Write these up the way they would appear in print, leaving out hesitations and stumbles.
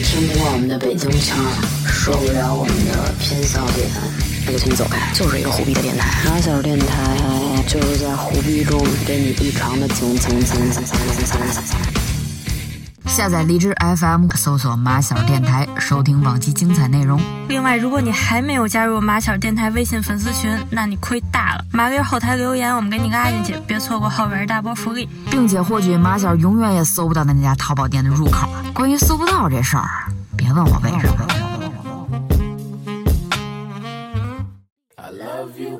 听不惯我们的北京腔，受不了我们的偏笑点，那就请你走开。就是一个虎逼的电台，马小电台就是在虎逼中给你异常的蹭。 下载荔枝 FM， 搜索马小电台，收听往期精彩内容。 另外，如果你还没有加入马小电台微信粉丝群，那你亏大了。麻溜后台留言，我们给你拉进去，别错过后边大波福利， 并且获取马小永远也搜不到的那家淘宝店的入口。关于搜不到这事儿，别问我为什么。I love you。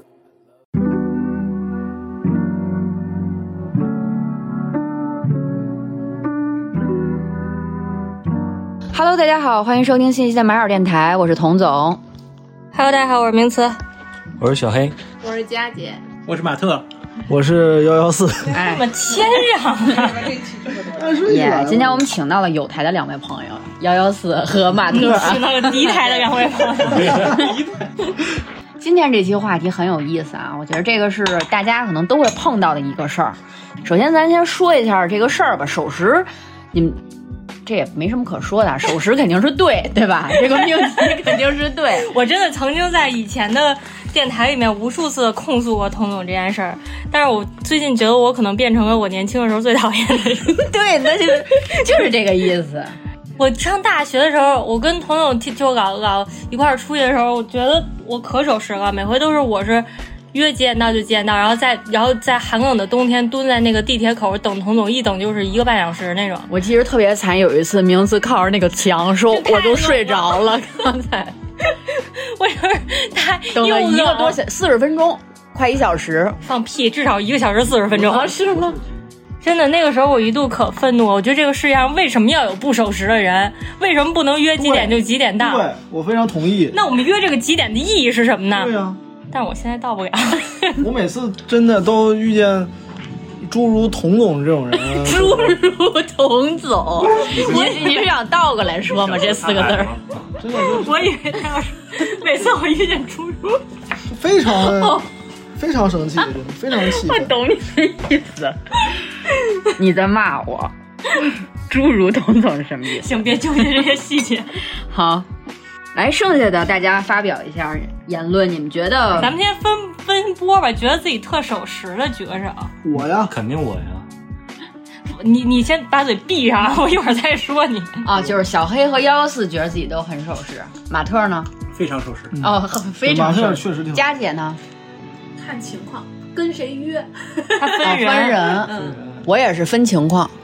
Hello， 大家好，欢迎收听新一期的马小电台，我是童总。 Hello， 大家好，我是名词， 我是小黑， 我是佳姐， 我是马特， 我是114。 哎，怎么谦让啊？ 今天我们请到了有台的两位朋友，114和马特， 请到了敌台的两位朋友。 今天这期话题很有意思啊，我觉得这个是大家可能都会碰到的一个事儿。首先，咱先说一下这个事儿吧。守时，你们这也没什么可说的，守时肯定是对吧？这个命题肯定是对。 我真的曾经在以前的电台里面无数次的控诉过童总这件事儿，但是我最近觉得我可能变成了我年轻的时候最讨厌的人。 对，那就是这个意思。 我上大学的时候，我跟童总就老一块儿出去的时候，我觉得我可守时了，每回都是我是约几点到就几点到，然后在寒冷的冬天蹲在那个地铁口等童总，一等就是1个半小时那种。 我其实特别惨，有一次名字靠着那个墙说我就睡着了，刚才我就是他等了1个多小时40分钟，快1小时。 放屁，至少1个小时40分钟。 是吗？ 真的，那个时候我一度可愤怒了。我觉得这个世界上为什么要有不守时的人？为什么不能约几点就几点到？ 对，我非常同意。 那我们约这个几点的意义是什么呢？ 对啊， 但是我现在到不了。 我每次真的都遇见诸如童总这种人。 诸如童总，你是想倒过来说吗？这4个字儿， 真的是。 我以为他要说每次我遇见诸如， 非常生气，非常气。 我懂你的意思。你在骂我？诸如童总是什么意思？ 行，别纠结这些细节。 好，来，剩下的大家发表一下言论，你们觉得？ 咱们先分波吧，觉得自己特守时的举个手。 我呀， 肯定我呀。 你先把嘴闭上，我一会儿再说你。 啊，就是小黑和114觉得自己都很守时，马特呢？ 非常守时。 哦，非常守时。 马特确实挺。 佳姐呢？ 看情况，跟谁约？ 他分人。我也是分情况。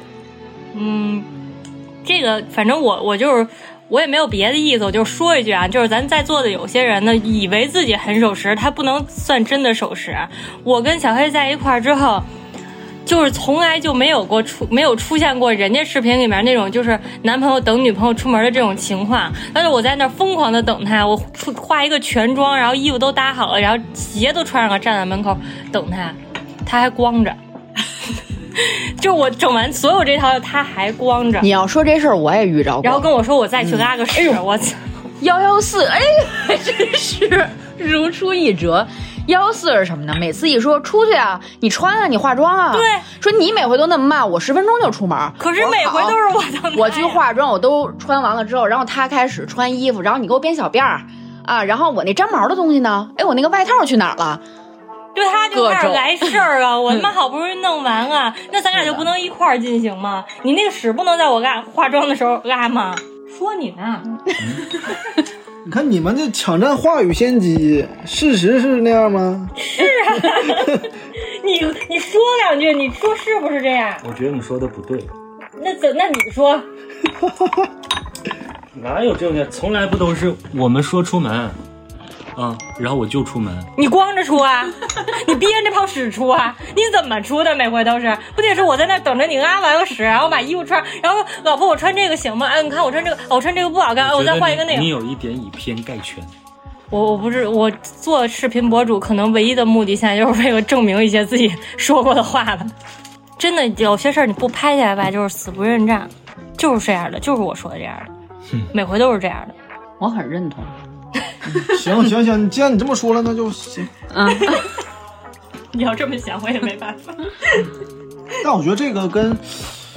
这个反正我就是我也没有别的意思，我就说一句啊，就是咱在座的有些人呢，以为自己很守时，他不能算真的守时。我跟小黑在一块儿之后，就是从来就没有出现过人家视频里面那种就是男朋友等女朋友出门的这种情况。但是我在那儿疯狂的等他，我化一个全妆，然后衣服都搭好了，然后鞋都穿上了，站在门口等他，他还光着。就我整完所有这套，他还光着。 你要说这事儿，我也遇着过。 然后跟我说我再去拉个屎，我操 ！114，哎，真是如出一辙。114是什么呢？每次一说出去啊，你穿啊，你化妆啊。 对， 说你每回都那么慢，我10分钟就出门。 可是每回都是我等他。 我去化妆，我都穿完了之后，然后他开始穿衣服，然后你给我编小辫儿啊，然后我那粘毛的东西呢？哎，我那个外套去哪儿了？ 对，他就开始来事儿啊！我他妈好不容易弄完啊，那咱俩就不能一块儿进行吗？你那个屎不能在我化妆的时候拉吗？说你呢？ 你看你们这抢占话语先机，事实是那样吗？ 是啊，你说两句，你说是不是这样？ 我觉得你说的不对。 那你说？ 哪有这种的？从来不都是我们说出门。然后我就出门。你光着出啊？你憋着泡屎出啊？你怎么出的？每回都是，不得是我在那等着你拉完了屎，然后把衣服穿，然后老婆我穿这个行吗？哎，你看我穿这个，我穿这个不好看，我再换一个那个。 你有一点以偏概全。 我不是，我做视频博主，可能唯一的目的现在就是为了证明一些自己说过的话了。真的有些事儿你不拍下来吧，就是死不认账，就是这样的，就是我说的这样的，每回都是这样的。 我很认同。 行，既然你这么说了，那就行。 你要这么想，我也没办法。 但我觉得这个跟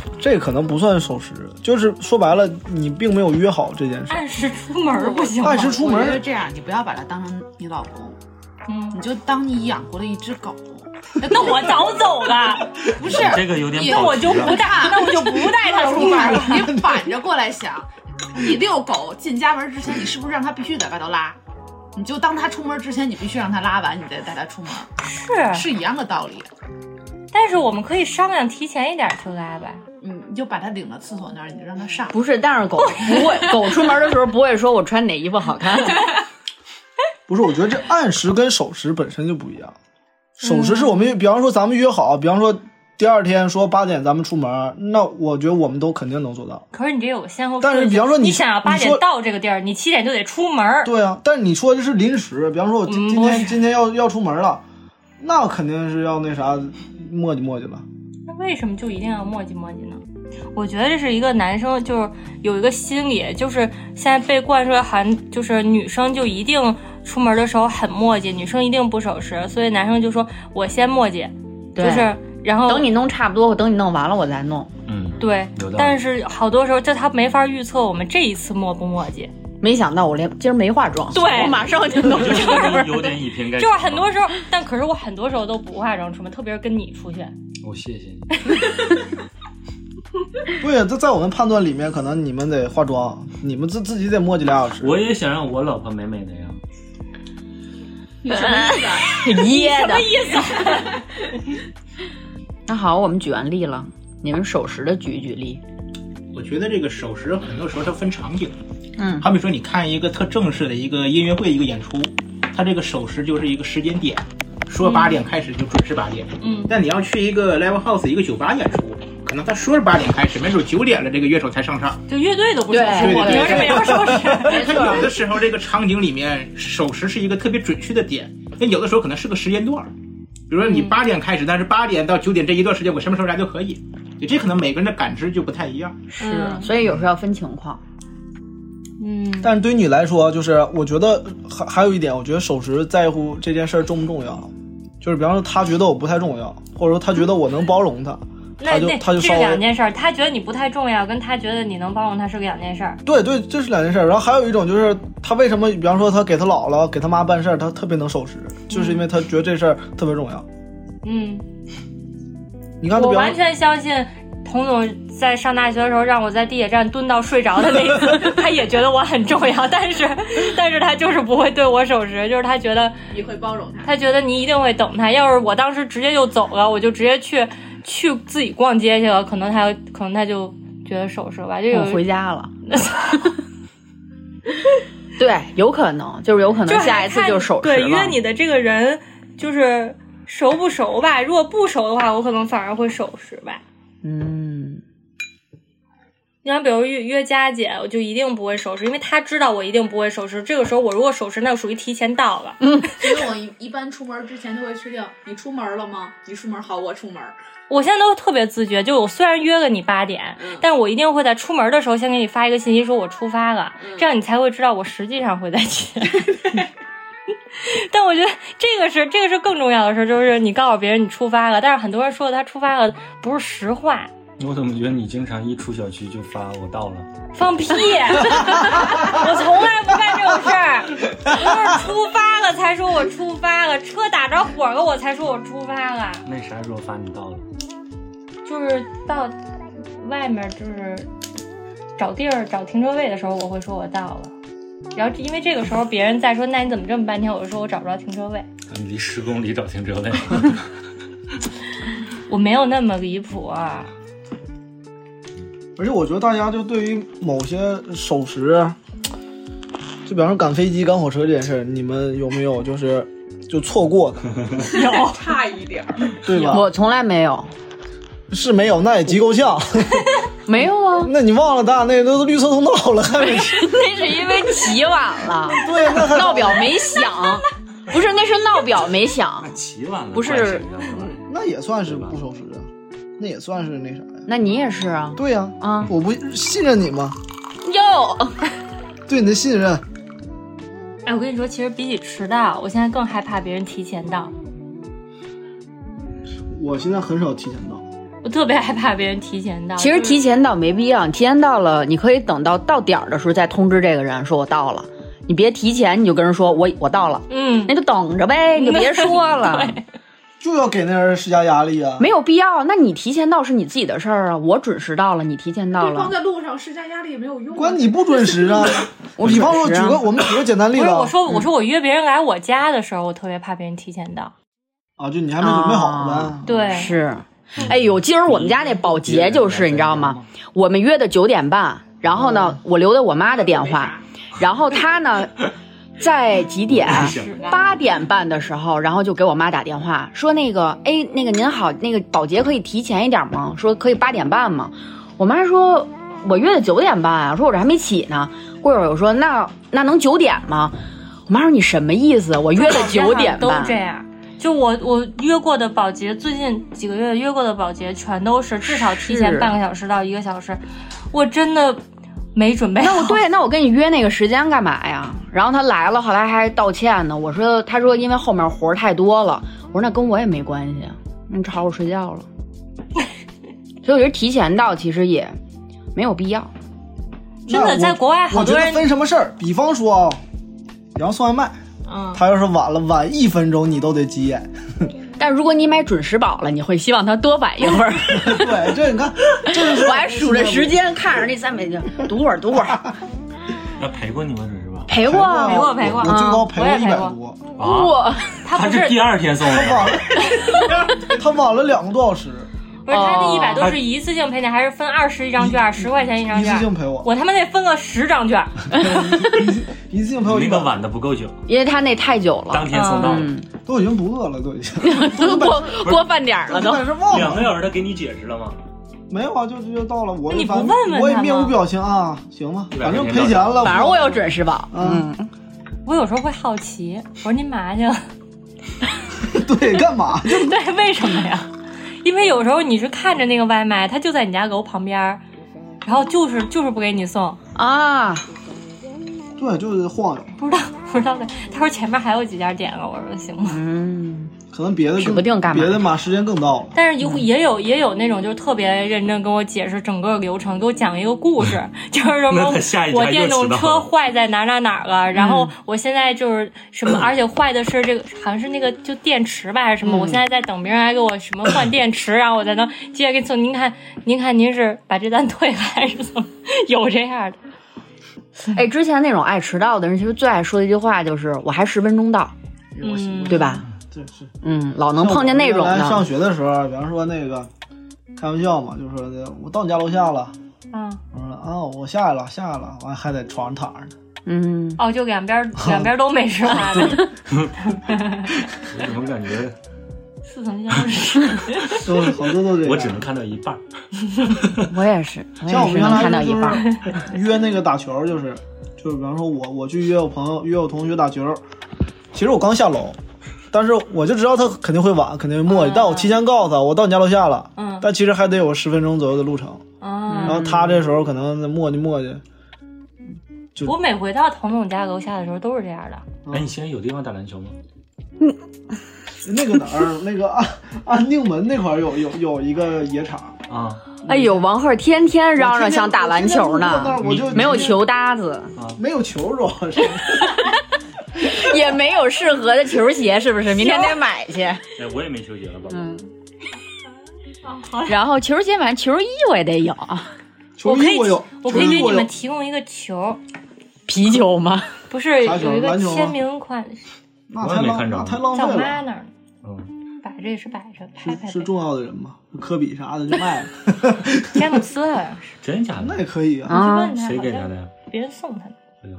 这可能不算守时，就是说白了，你并没有约好这件事。 按时出门不行吗？ 按时出门， 我觉得这样，你不要把它当成你老公，你就当你养活了一只狗。 那我早走了， 不是这个有点那我就不带他出门。 你反着过来想，你遛狗进家门之前，你是不是让他必须在外头拉？你就当他出门之前，你必须让他拉完，你再带他出门，是一样的道理。 但是我们可以商量提前一点去拉吧。 你就把他领到厕所那儿，你就让他上。 不是，但是狗不会，狗出门的时候不会说我穿哪衣服好看。 不是，我觉得这按时跟守时本身就不一样。守时是我们，比方说咱们约好，比方说第二天说8点咱们出门，那我觉得我们都肯定能做到。 可是你这有个先后顺序， 但是比方说你想要8点到这个地儿，你7点就得出门。 对啊，但是你说的是临时，比方说我今天要出门了，那肯定是要那啥磨叽了。 那为什么就一定要磨叽呢？我觉得这是一个男生就是有一个心理，就是现在被灌输好像就是女生就一定出门的时候很磨叽，女生一定不守时，所以男生就说我先磨叽，就是然后等你弄差不多，我等你弄完了我再弄。 对。但是好多时候就他没法预测我们这一次磨不磨叽。 没想到我今儿没化妆， 对， 我马上就弄。 有点以偏概全。 就是很多时候，但可是我很多时候都不化妆出门，特别是跟你出去。 我谢谢你。 对呀，在我们判断里面，可能你们得化妆，你们自己得磨叽2小时。 我也想让我老婆美美的呀。 你什么意思？ 噎的。 什么意思？ 那好，我们举完例了，你们守时的举例。 我觉得这个守时很多时候它分场景。好比说你看一个特正式的一个音乐会一个演出，它这个守时就是一个时间点，说8点开始就准时8点。但你要去一个 live house 一个酒吧演出，可能他说是8点开始，没准9点了这个乐手才上场， 就乐队都不守时，我凭什么要守时？ 他有的时候这个场景里面守时是一个特别准确的点，那有的时候可能是个时间段，比如说你8点开始，但是8点到9点这一段时间我什么时候来都可以，这可能每个人的感知就不太一样。 是，所以有时候要分情况。 但是对于你来说，就是我觉得还有一点，我觉得守时在乎这件事重不重要，就是比方说他觉得我不太重要，或者说他觉得我能包容他，他就这是稍微 2件事，他觉得你不太重要，跟他觉得你能包容他是个2件事。 对，这是2件事。然后还有一种就是他为什么，比方说他给他姥姥给他妈办事他特别能守时，就是因为他觉得这事儿特别重要。你看， 我完全相信童总在上大学的时候让我在地铁站蹲到睡着的那一次，他也觉得我很重要，但是他就是不会对我守时，就是他觉得你会包容他， 他觉得你一定会等他。要是我当时直接就走了，我就直接去自己逛街去了，可能他就觉得守时吧，就有我回家了。对，有可能下一次就守时了。 对，约你的这个人就是熟不熟吧？如果不熟的话，我可能反而会守时吧。你像比如约佳姐，我就一定不会守时，因为她知道我一定不会守时。这个时候我如果守时，那就属于提前到了。 所以我一般出门之前都会确定你出门了吗？你出门好，我出门。 我现在都特别自觉，就我虽然约了你8点，但是我一定会在出门的时候先给你发一个信息，说我出发了，这样你才会知道我实际上会在前。但我觉得这个是更重要的事，就是你告诉别人你出发了，但是很多人说他出发了不是实话。 我怎么觉得你经常一出小区就发我到了？ 放屁！我从来不干这种事儿，我是出发了才说我出发了，车打着火了我才说我出发了。 那啥时候发你到了？ 就是到外面就是找地儿找停车位的时候，我会说我到了。然后因为这个时候别人再说那你怎么这么半天，我就说我找不着停车位。 你离10公里找停车位？ 我没有那么离谱啊。 而且我觉得大家就对于某些守时，就比方说赶飞机赶火车这件事，你们有没有就错过的？ 有， 差一点， 对吧？ 我从来没有。 是没有，那也极够呛。 没有啊， 那你忘了咱俩那都绿色通道了，还没？ 那是因为起晚了。 对，那闹表没响，不是，那是闹表没响。 起晚了， 不是， 那也算是不守时啊，那也算是那啥呀。 那你也是啊？ 对呀，我不信任你吗？ 哟， 对你的信任。 哎，我跟你说，其实比起迟到，我现在更害怕别人提前到。 我现在很少提前到。 我特别害怕别人提前到。 其实提前到没必要，你提前到了，你可以等到点的时候再通知这个人说我到了。你别提前你就跟人说我到了，那就等着呗，你就别说了。 就要给那人施加压力啊！ 没有必要，那你提前到是你自己的事儿啊，我准时到了，你提前到了， 对方在路上施加压力也没有用。 关你不准时啊！比方说我们举个简单例子， 我说我约别人来我家的时候，我特别怕别人提前到。 啊，就你还没准备好呗。 对， 是。哎呦，今儿我们家那保洁就是你知道吗？我们约的9点半，然后呢，我留的我妈的电话，然后她呢。在几点？8点半的时候，然后就给我妈打电话说那个您好，那个保洁可以提前一点吗？说可以8点半吗？我妈说我约的9点半啊，说我这还没起呢。过一会儿我说那能9点吗？我妈说你什么意思？我约的9点半都这样。就我约过的保洁，最近几个月约过的保洁全都是至少提前半个小时到1个小时，我真的。没准备好。 那我跟你约那个时间干嘛呀？然后他来了，后来还道歉呢。他说因为后面活太多了。我说那跟我也没关系，你好好睡觉了。所以我觉得提前到其实也没有必要。 真的，在国外好多人我觉得分什么事儿，比方说比方送外卖，他要是晚1分钟，你都得急眼。 但如果你买准时宝了，你会希望他多晚一会儿。 对，这你看， 我还数着时间，看着那300斤，读会儿。 那陪过你们准时宝？ 陪过， 我最高陪过100多。 哇， 他是第2天送的， 他晚了2个多小时。 不是他那100多是一次性赔你，还是分21张券，10块钱一张券？ 一次性赔我。 我他妈那分个10张券。 一次性赔我100。 那个晚的不够久， 因为他那太久了， 当天送到了， 都已经不饿了，都已经过饭点了都。 2个小时他给你解释了吗？ 没有啊，就到了。 你不问问他吗？ 我也面无表情啊，行吧，反正赔钱了。 反正我有准时宝。 我有时候会好奇，我说您嘛去了？ 对，干嘛？ 对，为什么呀？因为有时候你是看着那个外卖，他就在你家楼旁边，然后就是不给你送啊。 对，就是晃悠。 不知道的。他说前面还有几家点了，我说行吗？ 可能别的指不定干嘛， 别的嘛时间更到了。 但是也有那种就是特别认真跟我解释整个流程，给我讲一个故事，就是什么我电动车坏在哪了，然后我现在就是什么，而且坏的是这个好像是那个就电池吧还是什么，我现在在等别人来给我什么换电池，然后我才能接着给你送。您看您是把这单退了还是怎么？有这样的。 哎，之前那种爱迟到的人，其实最爱说的一句话就是“我还10分钟到”，对吧？ 对，是， 老能碰见那种的。 上学的时候，比方说那个开玩笑嘛，就说我到你家楼下了，我说啊，我下来了，完还在床上躺着呢。 就两边都没吃饭。 我怎么感觉似曾相识？ 都好多都这样。 我只能看到一半。 我也是， 像我们原来看到一半。 约那个打球，就是比方说我去约我朋友约我同学打球，其实我刚下楼。但是我就知道他肯定会晚，肯定会磨叽，但我提前告诉他我到你家楼下了，但其实还得有10分钟左右的路程，然后他这时候可能磨叽。 我每回到童总家楼下的时候都是这样的。 哎，你现在有地方打篮球吗？ 那个哪儿？那个安定门那块有一个野场啊。 哎呦，王鹤天天嚷嚷想打篮球呢，没有球搭子， 没有球主要是。 也没有适合的球鞋，是不是？明天得买去。 哎，我也没球鞋了，宝宝。 然后球鞋买，球衣我也得有。 球衣我有， 我可以给你们提供一个球。 皮球吗？ 不是，有一个签名款。 我也没看着。 太浪费了。 在我妈那儿。摆着也是摆着，拍。 是重要的人吗？科比啥的就卖了。 詹姆斯好像是。 真假的？ 那也可以啊。 谁给他的呀？ 别人送他的。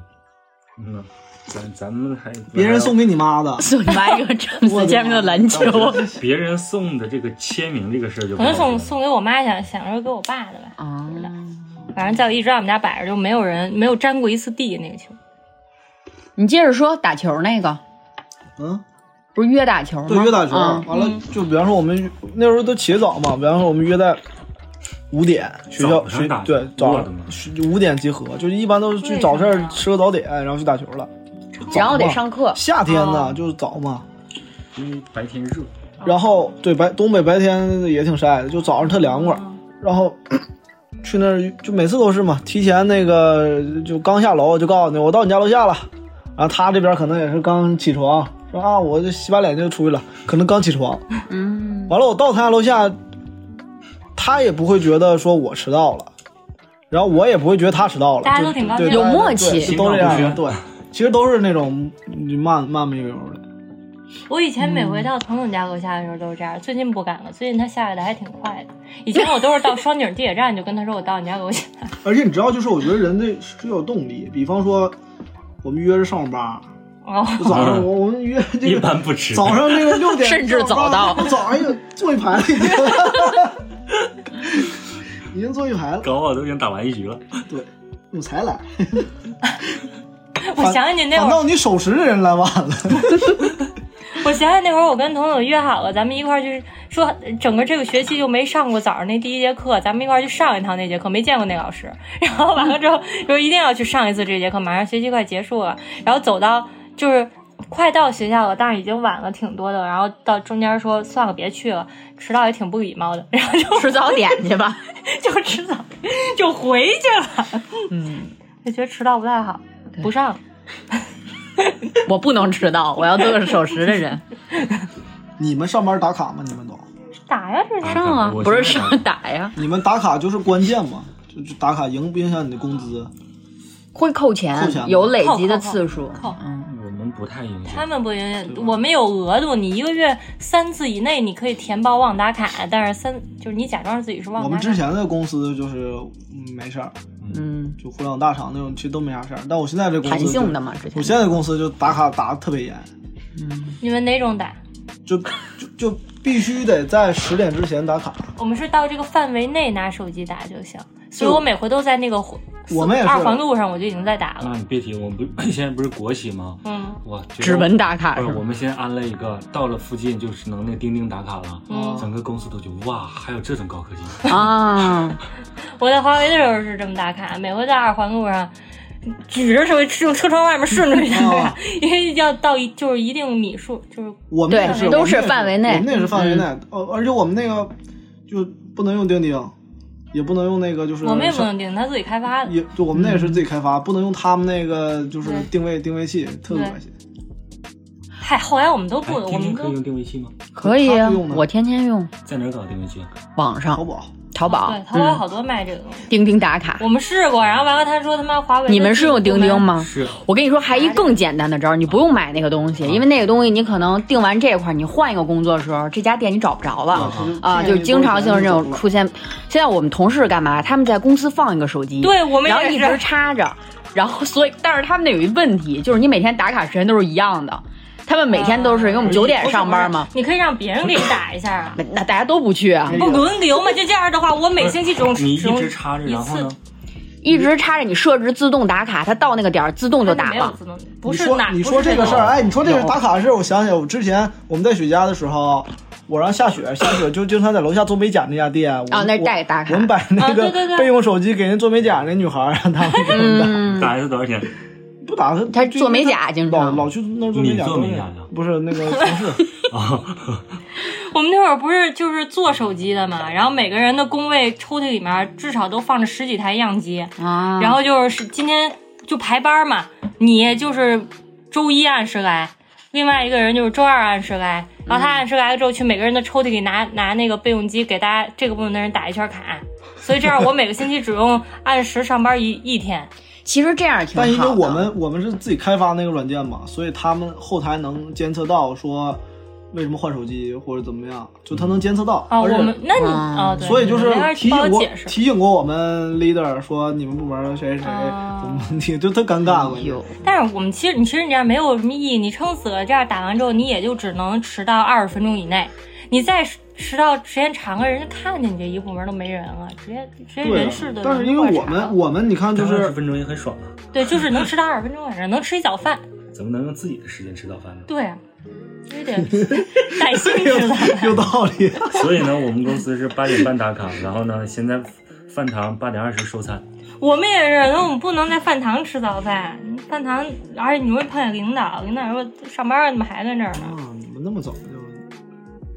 咱们还别人送给你妈的， 送你妈一个詹姆斯签名的篮球。 别人送的这个签名这个事就可能送给我妈，想说给我爸的吧。反正在我一直在我们家摆着，就没有沾过一次地那个球。 你接着说打球那个，不是约打球吗？ 对，约打球。完了，就比方说我们那时候都起早嘛，比方说我们约在5点，学校对早上5点集合，就一般都去早市吃个早点，然后去打球了。 然后得上课。 夏天呢，就是早嘛， 因为白天热。 然后对东北白天也挺晒的，就早上特凉快，然后去那儿就每次都是嘛，提前那个就刚下楼就告诉你我到你家楼下了，然后他这边可能也是刚起床，说啊我就洗把脸就出去了，可能刚起床，完了我到他家楼下，他也不会觉得说我迟到了，然后我也不会觉得他迟到了， 大家都挺高兴， 有默契， 都这样，对，其实都是那种慢悠悠的。 我以前每回到彤彤家楼下的时候都是这样，最近不敢了，最近他下来的还挺快的。以前我都是到双井地铁站就跟他说我到你家楼下。而且你知道，就是我觉得人这是有动力，比方说我们约着上班。早上我们约这个一般不迟， 早上这个6点甚至早到， 早上坐一排了已经坐一排了， 搞不好都已经打完一局了。 对，我才来。 我想起你那会儿， 反倒你守时的人来晚了。 我想起那会儿，我跟彤彤约好了，咱们一块儿去说，整个这个学期就没上过早上那第一节课，咱们一块儿去上一趟那节课，没见过那老师。然后完了之后，说一定要去上一次这节课，马上学期快结束了。然后走到就是快到学校了，但是已经晚了挺多的。然后到中间说算了，别去了，迟到也挺不礼貌的。然后就吃早点去吧， 就吃早就回去了。就觉得迟到不太好，不上。 我不能迟到，我要做个守时的人。 你们上班打卡吗？你们都打呀，这上啊，不是上打呀。 你们打卡就是关键嘛，就打卡影不影响你的工资？ 会扣钱，有累积的次数。 扣我们不太影响， 他们不影响，我们有额度，你一个月3次以内你可以填报忘打卡，但是就是你假装自己是忘打卡。 我们之前的公司就是没事儿。就互联网大厂那种其实都没啥事儿，但我现在这公司弹性的嘛，之前我现在的公司就打卡打得特别严。 你们哪种打？ 就必须得在10点之前打卡。 我们是到这个范围内拿手机打就行，所以我每回都在那个我们也是 2环路上我就已经在打了。 那你别提，我们现在不是国企吗？哇， 指纹打卡是我们现在安了一个，到了附近就是能那钉钉打卡了。整个公司都觉得哇，还有这种高科技啊！ 我在华为的时候是这么打卡，每回在2环路上举着手用车窗外面顺着去打卡，因为要到就是一定米数，就是我们也是都是范围内， 我们也是范围内。而且我们那个就不能用钉钉，也不能用那个就是我们也不能钉，他自己开发的。 也就我们那也是自己开发，不能用他们那个就是定位器，特恶心。 嗨，后来我们都不，我们可以用定位器吗？ 可以啊，我天天用。 在哪儿搞定位器？ 网上，淘宝， 对，淘宝有好多卖这个东西。 钉钉打卡， 我们试过，然后完了他说他妈华为。 你们是用钉钉吗？ 是。 我跟你说，还一更简单的招，你不用买那个东西，因为那个东西你可能定完这块，你换一个工作的时候，这家店你找不着了啊，就经常性这种出现。现在我们同事干嘛？他们在公司放一个手机， 对我们然后一直插着，然后所以，但是他们那有一问题，就是你每天打卡时间都是一样的。他们每天都是，因为我们9点上班嘛。 你可以让别人给你打一下啊。 那大家都不去啊？ 不轮流嘛？就这样的话，我每星期只用你一直插着，然后呢？ 一直插着，你设置自动打卡，它到那个点自动就打了。 没有自动，不是你说这个事儿，哎，你说这个打卡事儿，我想起来，我之前我们在雪家的时候，我让下雪就经常在楼下做美甲那家店啊，那带打卡。 我们把那个备用手机给人做美甲那女孩，让他们给我们打是多少钱？ 不打他做美甲，经常老去那儿做美甲。 你做美甲的？ 不是那个同事。 我们那会儿不是就是做手机的嘛，然后每个人的工位抽屉里面至少都放着10几台样机啊，然后就是今天就排班嘛，你就是周1按时来，另外一个人就是周2按时来，然后他按时来了之后去每个人的抽屉里拿那个备用机给大家这个部分的人打一圈卡，所以这样我每个星期只用按时上班一天。 其实这样挺好的， 但因为我们是自己开发那个软件嘛，所以他们后台能监测到说为什么换手机或者怎么样，就他能监测到。 我们那你对， 所以就是提醒过我们 leader 说你们部门谁怎么问题，就特尴尬。 但是我们其实你这样没有什么意义，你撑死了这样打完之后，你也就只能迟到20分钟以内，你再迟到时间长了，人家看见你这一部门都没人了，直接人事的。 但是因为我们你看就是 20分钟也很爽啊。 对，就是能迟到20分钟，反正能吃一早饭。 怎么能用自己的时间吃早饭呢？ 对啊，有点带薪吃早饭。 有道理。 所以呢，我们公司是8点半打卡，然后呢，现在饭堂8点20收餐。 我们也是，那我们不能在饭堂吃早饭，饭堂而且你会碰见领导说上班怎么还在这儿呢？ 你们那么早就。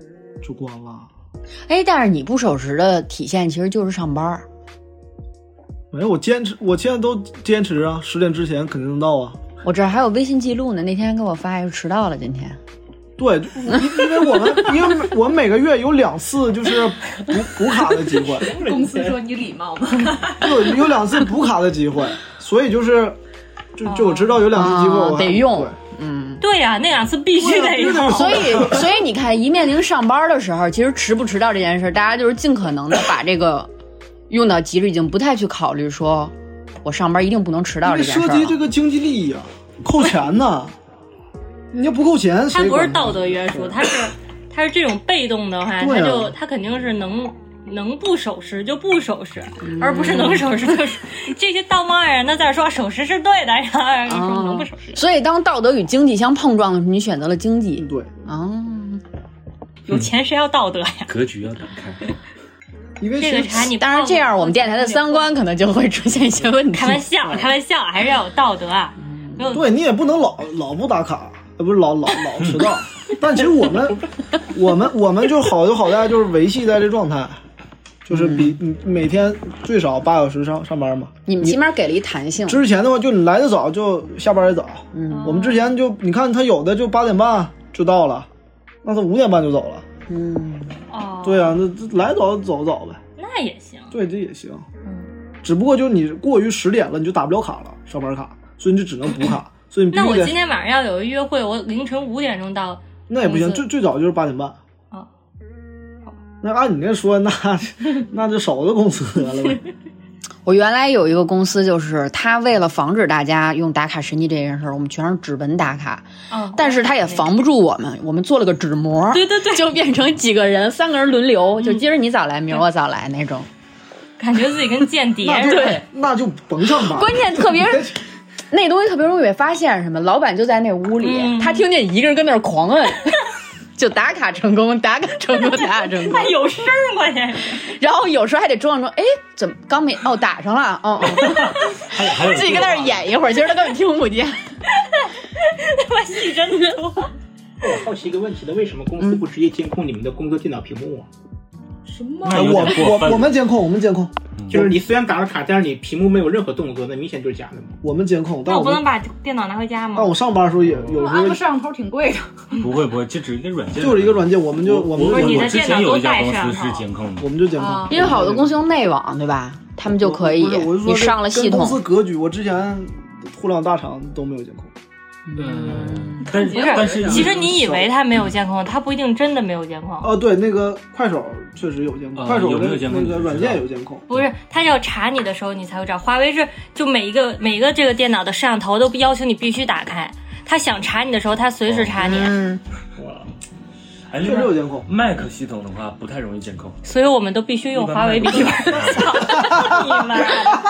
就关了。 哎，但是你不守时的体现其实就是上班。 没有，我坚持，我现在都坚持啊，10点之前肯定能到啊。 我这还有微信记录呢，那天给我发一个迟到了，今天。 对，因为我们每个月有2次就是补卡的机会。 公司说你礼貌吗？ 对，有2次补卡的机会，所以就我知道有2次机会我得用。 对呀，那2次必须得用。 所以你看，一面临上班的时候，其实迟不迟到这件事，大家就是尽可能的把这个用到极致，已经不太去考虑说我上班一定不能迟到这件事。 涉及这个经济利益啊，扣钱呢。你要不扣钱， 他不是道德约束，他是这种被动的话，他肯定是能不守时就不守时，而不是能守时就是这些道貌岸然的在说守时是对的，然后说能不守时。 所以当道德与经济相碰撞的时候，你选择了经济。 对有钱谁要道德呀？ 格局要打开。 因为这个茶你当然这样，我们电台的3观可能就会出现一些问题。 开玩笑，还是要有道德啊。 对，你也不能老不打卡。不是老迟到，但其实我们就好在就是维系在这状态，就是比你每天最少8小时上班嘛。 你们起码给了一弹性。 之前的话，就你来的早就下班也早。我们之前就你看他有的就8点半就到了，那他5点半就走了。对啊，那来早走呗。 那也行。 对，这也行。只不过就你过于10点了，你就打不了卡了，上班卡，所以你就只能补卡。 那我今天晚上要有一约会，我凌晨5点钟到， 那也不行，最早就是8点半。那按你那说，那就守着公司了呗。 我原来有一个公司，就是他为了防止大家用打卡神器这件事儿，我们全是指纹打卡。但是他也防不住我们做了个纸模， 对， 就变成几个人，3个人轮流，就今儿你早来，明儿我早来那种， 感觉自己跟间谍似的。 对， 那就甭上班。 关键特别。那东西特别容易被发现，什么老板就在那屋里，他听见一个人跟那儿狂摁，就打卡成功，打卡成功。 他有声关键是， 然后有时候还得装，哎，怎么刚没打上了，自己跟那儿演一会儿，其实他根本听不见。 他妈戏真多。 我好奇一个问题的，为什么公司不直接监控你们的工作电脑屏幕啊？ 什么？ 我们监控， 就是你虽然打了卡，但是你屏幕没有任何动作，那明显就是假的嘛。 我们监控，但我不能把电脑拿回家吗？ 但我上班的时候也有时候安个摄像头挺贵的。 不会，就只是一个软件， 就是一个软件，我们就之前有一家公司是监控的， 我们就监控， 因为好多公司用内网，对吧？他们就可以，你上了系统。 公司格局，我之前互联网大厂都没有监控。 但是其实你以为他没有监控，他不一定真的没有监控。 对，那个快手确实有监控，快手的那个软件有监控。 不是，他要查你的时候你才会找。华为是就每一个这个电脑的摄像头都要求你必须打开，他想查你的时候他随时查你。 确实有监控。 Mac 系统的话不太容易监控， 所以我们都必须用华为笔记本。你妈！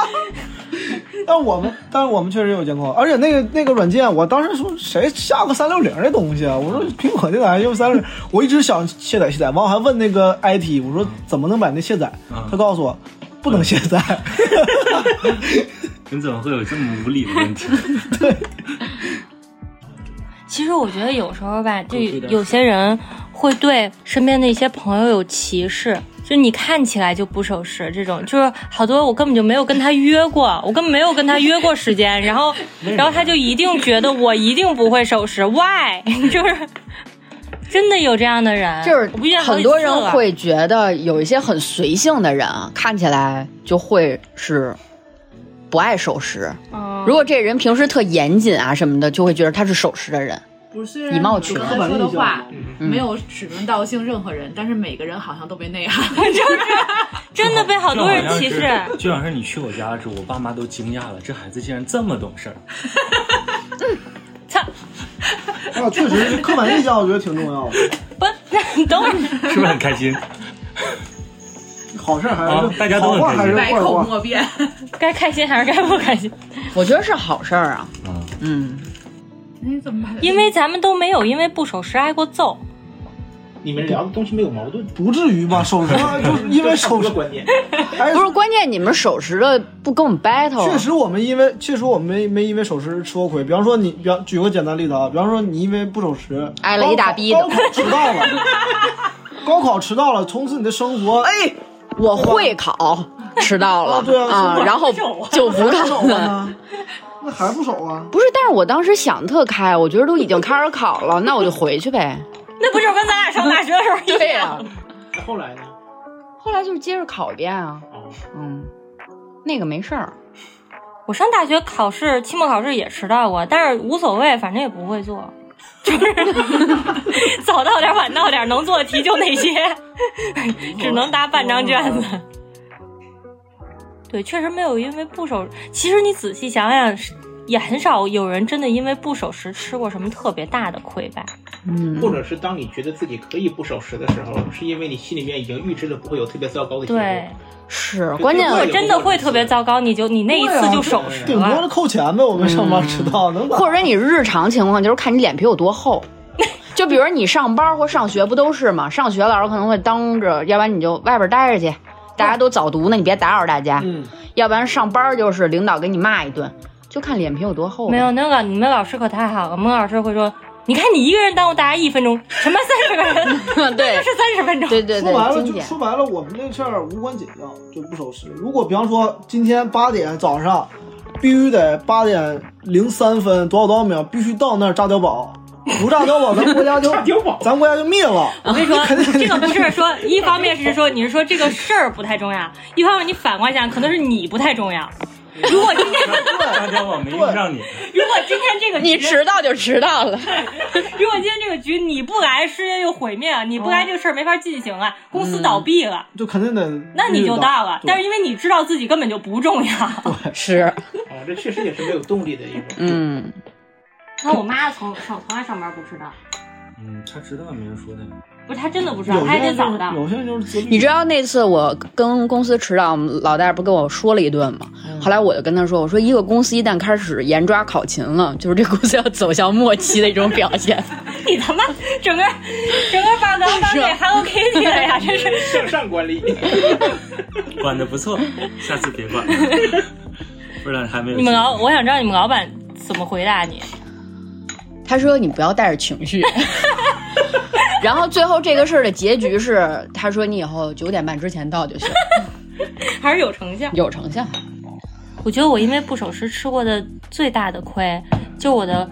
但是我们确实有监控，而且那个软件，我当时说谁下个360这东西啊？我说苹果电脑用360，我一直想卸载，完我还问那个 IT， 我说怎么能把那卸载？他告诉我不能卸载。 你怎么会有这么无理的问题？ 对。 其实我觉得有时候吧，就有些人会对身边的一些朋友有歧视。就你看起来就不守时，这种就是好多我根本就没有跟他约过，我根本没有跟他约过时间，然后他就一定觉得我一定不会守时 ，why？ 就是真的有这样的人， 就是很多人会觉得有一些很随性的人看起来就会是不爱守时，如果这人平时特严谨啊什么的，就会觉得他是守时的人。 不是，虽然以貌取人他说的话没有指名道姓任何人，但是每个人好像都被内涵， 就是真的被好多人歧视。 就好像你去我家的时候，我爸妈都惊讶了，这孩子竟然这么懂事儿。 操！ 啊，确实刻板印象，我觉得挺重要的。 不，你等会儿， 是不是很开心？ 好事还是大家都很开心， 百口莫辩， 该开心还是该不开心？ 我觉得是好事儿啊。 你怎么办？ 因为咱们都没有因为不守时挨过揍。 你们聊的东西没有矛盾， 不至于吧？守时就是因为守时观念， 不是关键，你们守时的不跟我们 battle。 确实我们没因为守时吃过亏。比方说举个简单例子啊，比方说你因为不守时挨了一大逼的， 高考迟到了。 高考迟到了，从此你的生活， 我会考迟到了， 对啊， 然后就不考了。 那还不守啊？ 不是，但是我当时想特开，我觉得都已经开始考了，那我就回去呗。 那不就跟咱俩上大学的时候一样？ 对呀。 后来呢？ 后来就是接着考一遍啊。那个没事儿。 我上大学考试，期末考试也迟到过，但是无所谓，反正也不会做，就是早到点晚到点，能做的题就那些，只能答半张卷子。对，确实没有因为不守。其实你仔细想想，也很少有人真的因为不守时吃过什么特别大的亏吧。 或者是当你觉得自己可以不守时的时候，是因为你心里面已经预知了不会有特别糟糕的结果。 对， 是关键。 如果真的会特别糟糕，你那一次就守时了。 顶多是扣钱呗，我们上班迟到能。 或者你日常情况就是看你脸皮有多厚。就比如你上班或上学不都是吗？上学老师可能会当着，要不然你就外边待着去。大家都早读呢，你别打扰大家。要不然上班就是领导给你骂一顿，就看脸皮有多厚。 没有那个，你们老师可太好了，我们老师会说，你看你一个人耽误大家1分钟，什么30个人， 对， 是30分钟。 对对对， 说白了，我们那事儿无关紧要，就不守时。如果比方说今天8点早上，必须得8点03分多少秒必须到那儿炸碉堡。不炸碉堡，咱国家就灭了。 我跟你说，这个不是说，一方面是说你是说这个事儿不太重要，一方面你反过来讲，可能是你不太重要。如果今天炸碉堡没用上你， 如果今天这个你迟到就迟到了， 如果今天这个局你不来，世界就毁灭了；你不来，这个事儿没法进行了，公司倒闭了， 就肯定得， 那你就到了。但是因为你知道自己根本就不重要， 是这确实也是没有动力的一种。 那我妈从来上班不迟到。 她迟到没人说的。 不是，她真的不知道，她还得早到。 有些人就是自律。 你知道那次我跟公司迟到，我们老大不跟我说了一顿吗？后来我就跟他说，我说一个公司一旦开始严抓考勤了，就是这公司要走向末期的一种表现。 你他妈整个把咱当给 Hello Kitty 了呀！真是向上管理， 管得不错，下次别管。不然还没有。 我想知道你们老板怎么回答你。 他说你不要带着情绪。然后最后这个事儿的结局是，他说你以后9点半之前到就行。 还是有成效， 有成效。 我觉得我因为不守时吃过的最大的亏，就我的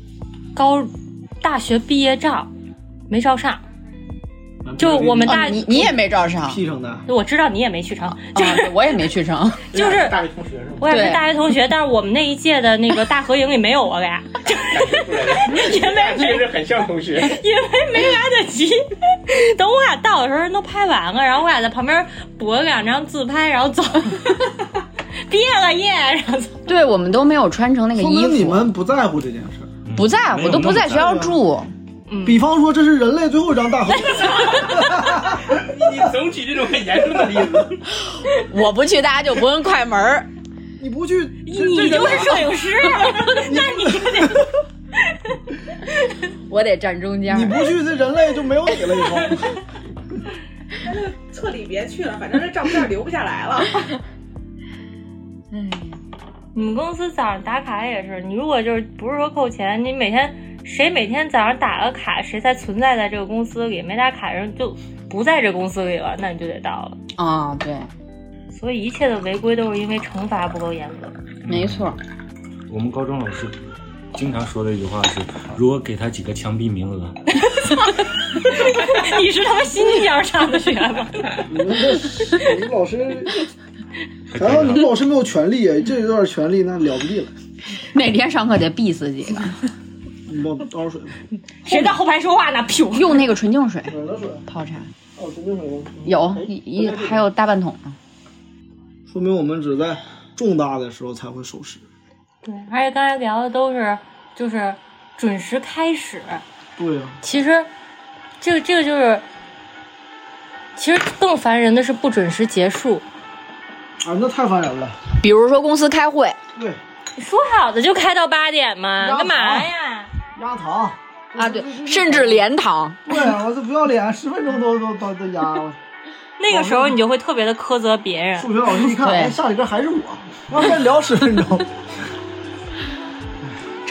大学毕业照没照上。就我们你也没照上 ，P 成的。 我知道你也没去成， 我也没去成， 就是大学同学是吗？ 我也是大学同学，但是我们那一届的那个大合影里没有我俩，因为确实很像同学， 因为没来得及。等我俩到的时候人都拍完了，然后我俩在旁边补了2张自拍，然后走。毕业了耶，然后走。 对，我们都没有穿成那个衣服。 说明你们不在乎这件事， 不在乎，都不在学校住。 比方说，这是人类最后一张大合影。 你总举这种很严重的例子。 我不去，大家就不用快门。 你不去， 你就是摄影师，那你就得， 我得站中间。 你不去，这人类就没有你了以后。 那就彻底别去了，反正这照片留不下来了。 你们公司早上打卡也是，你如果就是不是说扣钱，你谁每天早上打个卡，谁才存在在这个公司里，没打卡人就不在这公司里了，那你就得到了。 啊，对。 所以一切的违规都是因为惩罚不够严格。 没错。 我们高中老师经常说的一句话是：如果给他几个枪毙名额。 你是他们新疆上的学吗？ 你们老师，还好你们老师没有权利，这一段权利那了不地了。 每天上课得毙死几个。 你帮我倒点水吧。 谁在后排说话呢？ 用那个纯净水泡茶。 哦，纯净水有还有大半桶呢。 说明我们只在重大的时候才会守时。 对，而且刚才聊的都是就是准时开始。 对呀。 其实这个就是，其实更烦人的是不准时结束。 啊，那太烦人了。 比如说公司开会。 对。 说好的就开到8点嘛，干嘛呀？ 压堂啊，对，甚至连堂。 对啊，我这不要脸，10分钟都压。 那个时候你就会特别的苛责别人。 数学老师一看，哎，下里边还是我，然后再聊10分钟。 真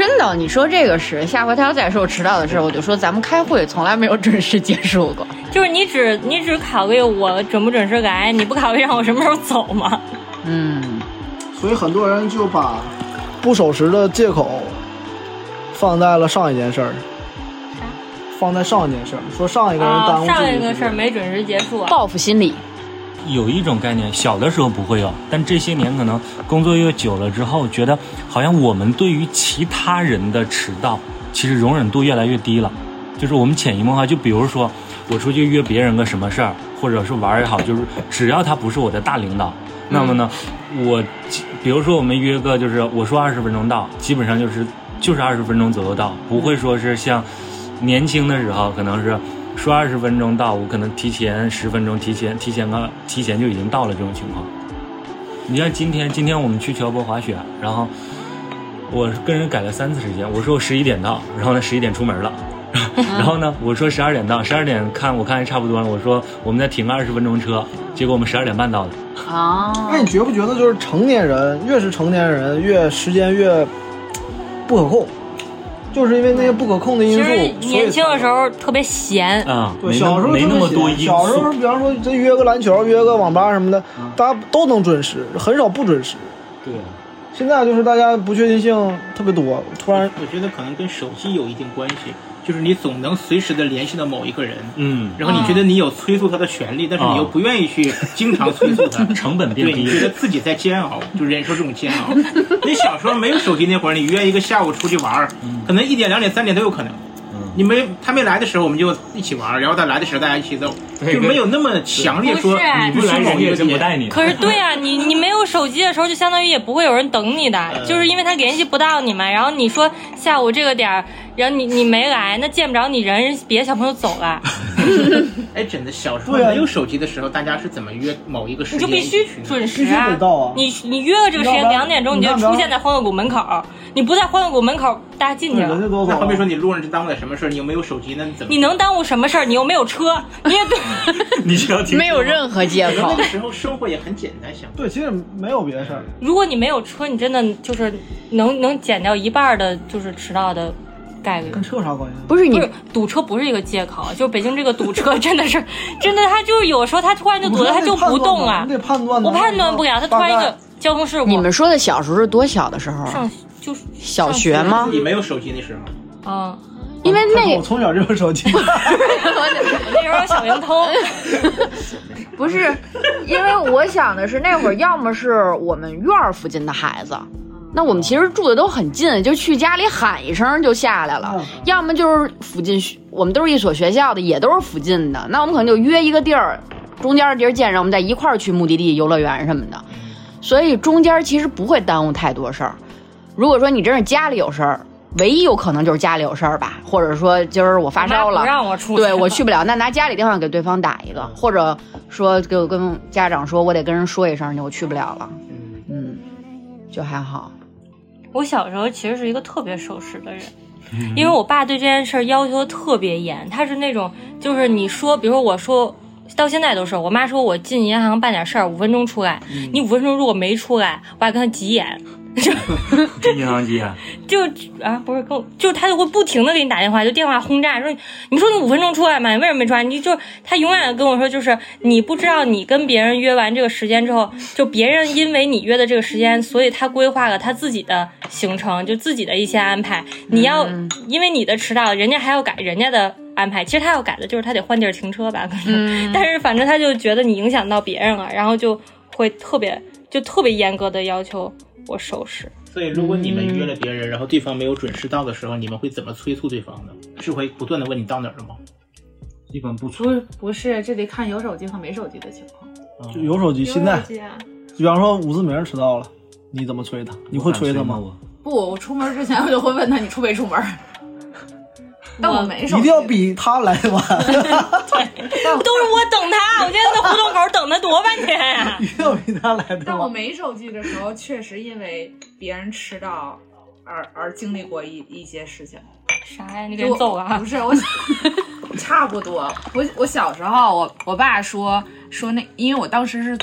真的，你说这个是，下回他要再说迟到的事，我就说咱们开会从来没有准时结束过。 就是你只考虑我准不准时来，你不考虑让我什么时候走吗？ 所以很多人就把不守时的借口放在了上一件事儿。放在上一件事儿，说上一个人耽误自己上一个事儿没准时结束， 报复心理。 有一种概念，小的时候不会有，但这些年可能工作越久了之后，觉得好像我们对于其他人的迟到，其实容忍度越来越低了。就是我们潜移默化，就比如说我出去约别人个什么事儿，或者是玩也好，就是只要他不是我的大领导，那么呢，我比如说我们约个，就是我说20分钟到，基本上就是20分钟左右到，不会说是像年轻的时候可能是说20分钟到，我可能提前10分钟提前就已经到了这种情况。你像今天我们去乔博滑雪，然后我跟人改了3次时间，我说我11点到，然后呢11点出门了，然后呢我说12点到，12点我看还差不多了，我说我们再停个20分钟车，结果我们12点半到的。 那你觉不觉得就是成年人越是成年人越时间越不可控？就是因为那些不可控的因素。 其实年轻的时候特别闲啊， 对，小时候没那么多因素。 小时候，比方说这约个篮球、约个网吧什么的，大家都能准时，很少不准时。 对。 现在就是大家不确定性特别多，突然我觉得可能跟手机有一定关系。就是你总能随时的联系到某一个人，然后你觉得你有催促他的权利，但是你又不愿意去经常催促他， 成本变低， 对，你觉得自己在煎熬，就忍受这种煎熬。你小时候没有手机那会儿，你约一个下午出去玩，可能1点、2点、3点都有可能。他没来的时候，我们就一起玩，然后他来的时候大家一起走，就没有那么强烈说你不来人也就不带你。 可是对啊，你没有手机的时候，就相当于也不会有人等你的，就是因为他联系不到你们。然后你说下午这个点儿，然后你没来，那见不着你人，别的小朋友走了。 哎，真的，小时候没有手机的时候，大家是怎么约某一个时间？ 你就必须准时啊！ 啊你约了这个时间2点钟，你就出现在欢乐谷门口。你不在欢乐谷门口，大家进去了。 那好比说你路上是耽误了什么事，你又没有手机，那你怎么？ 你能耽误什么事儿？你又没有车，你也对， 你需要没有任何借口。 那个时候生活也很简单， 对，其实没有别的事儿。 如果你没有车，你真的就是能减掉一半的，就是迟到的概率。 跟车有啥关系？ 不是堵车不是一个借口，就是北京这个堵车真的，他就是有时候他突然就堵了，他就不动了。 你得判断。 我判断不了，他突然一个交通事故。 你们说的小时候是多小的时候？ 就是小学吗？ 你没有手机那时候。 因为我从小就有手机。 那时候有小灵通。 不是，因为我想的是那会儿，要么是我们院儿附近的孩子。那我们其实住的都很近，就去家里喊一声就下来了。要么就是附近，我们都是一所学校的，也都是附近的。那我们可能就约一个地儿，中间的地儿见上，我们再一块儿去目的地、游乐园什么的。所以中间其实不会耽误太多事儿。如果说你真是家里有事儿，唯一有可能就是家里有事儿吧，或者说今儿我发烧了， 不让我出去， 对我去不了，那拿家里电话给对方打一个，或者说跟家长说，我得跟人说一声，我去不了了。就还好。 我小时候其实是一个特别守时的人，因为我爸对这件事要求特别严，他是那种就是你说，比如说我说到现在都是，我妈说我进银行办点事儿5分钟出来，你5分钟如果没出来，我还跟他急眼。 跟银行急眼， 不是就他就会不停的给你打电话，就电话轰炸，说你说你5分钟出来嘛，你为什么没出来？你就他永远跟我说，就是你不知道你跟别人约完这个时间之后，就别人因为你约的这个时间，所以他规划了他自己的行程，就自己的一些安排。你要因为你的迟到，人家还要改人家的安排。其实他要改的就是他得换地儿停车吧，可能。但是反正他就觉得你影响到别人了，然后就会特别严格的要求我守时。 所以如果你们约了别人，然后对方没有准时到的时候，你们会怎么催促对方呢？是会不断的问你到哪儿了吗？ 一般不催。 不是，这得看有手机和没手机的情况。 就有手机，现在比方说伍志明迟到了，你怎么催他？你会催他吗？ 不，我出门之前我就会问他你出没出门。但我没手机， 一定要比他来晚。 对，都是我等他，我今天在胡同口等他多半天呀。 一定要比他来的晚。 但我没手机的时候，确实因为别人迟到而经历过一些事情。 啥呀？你给人揍了啊？ 不是我，差不多。我小时候，我爸说那，因为我当时是坐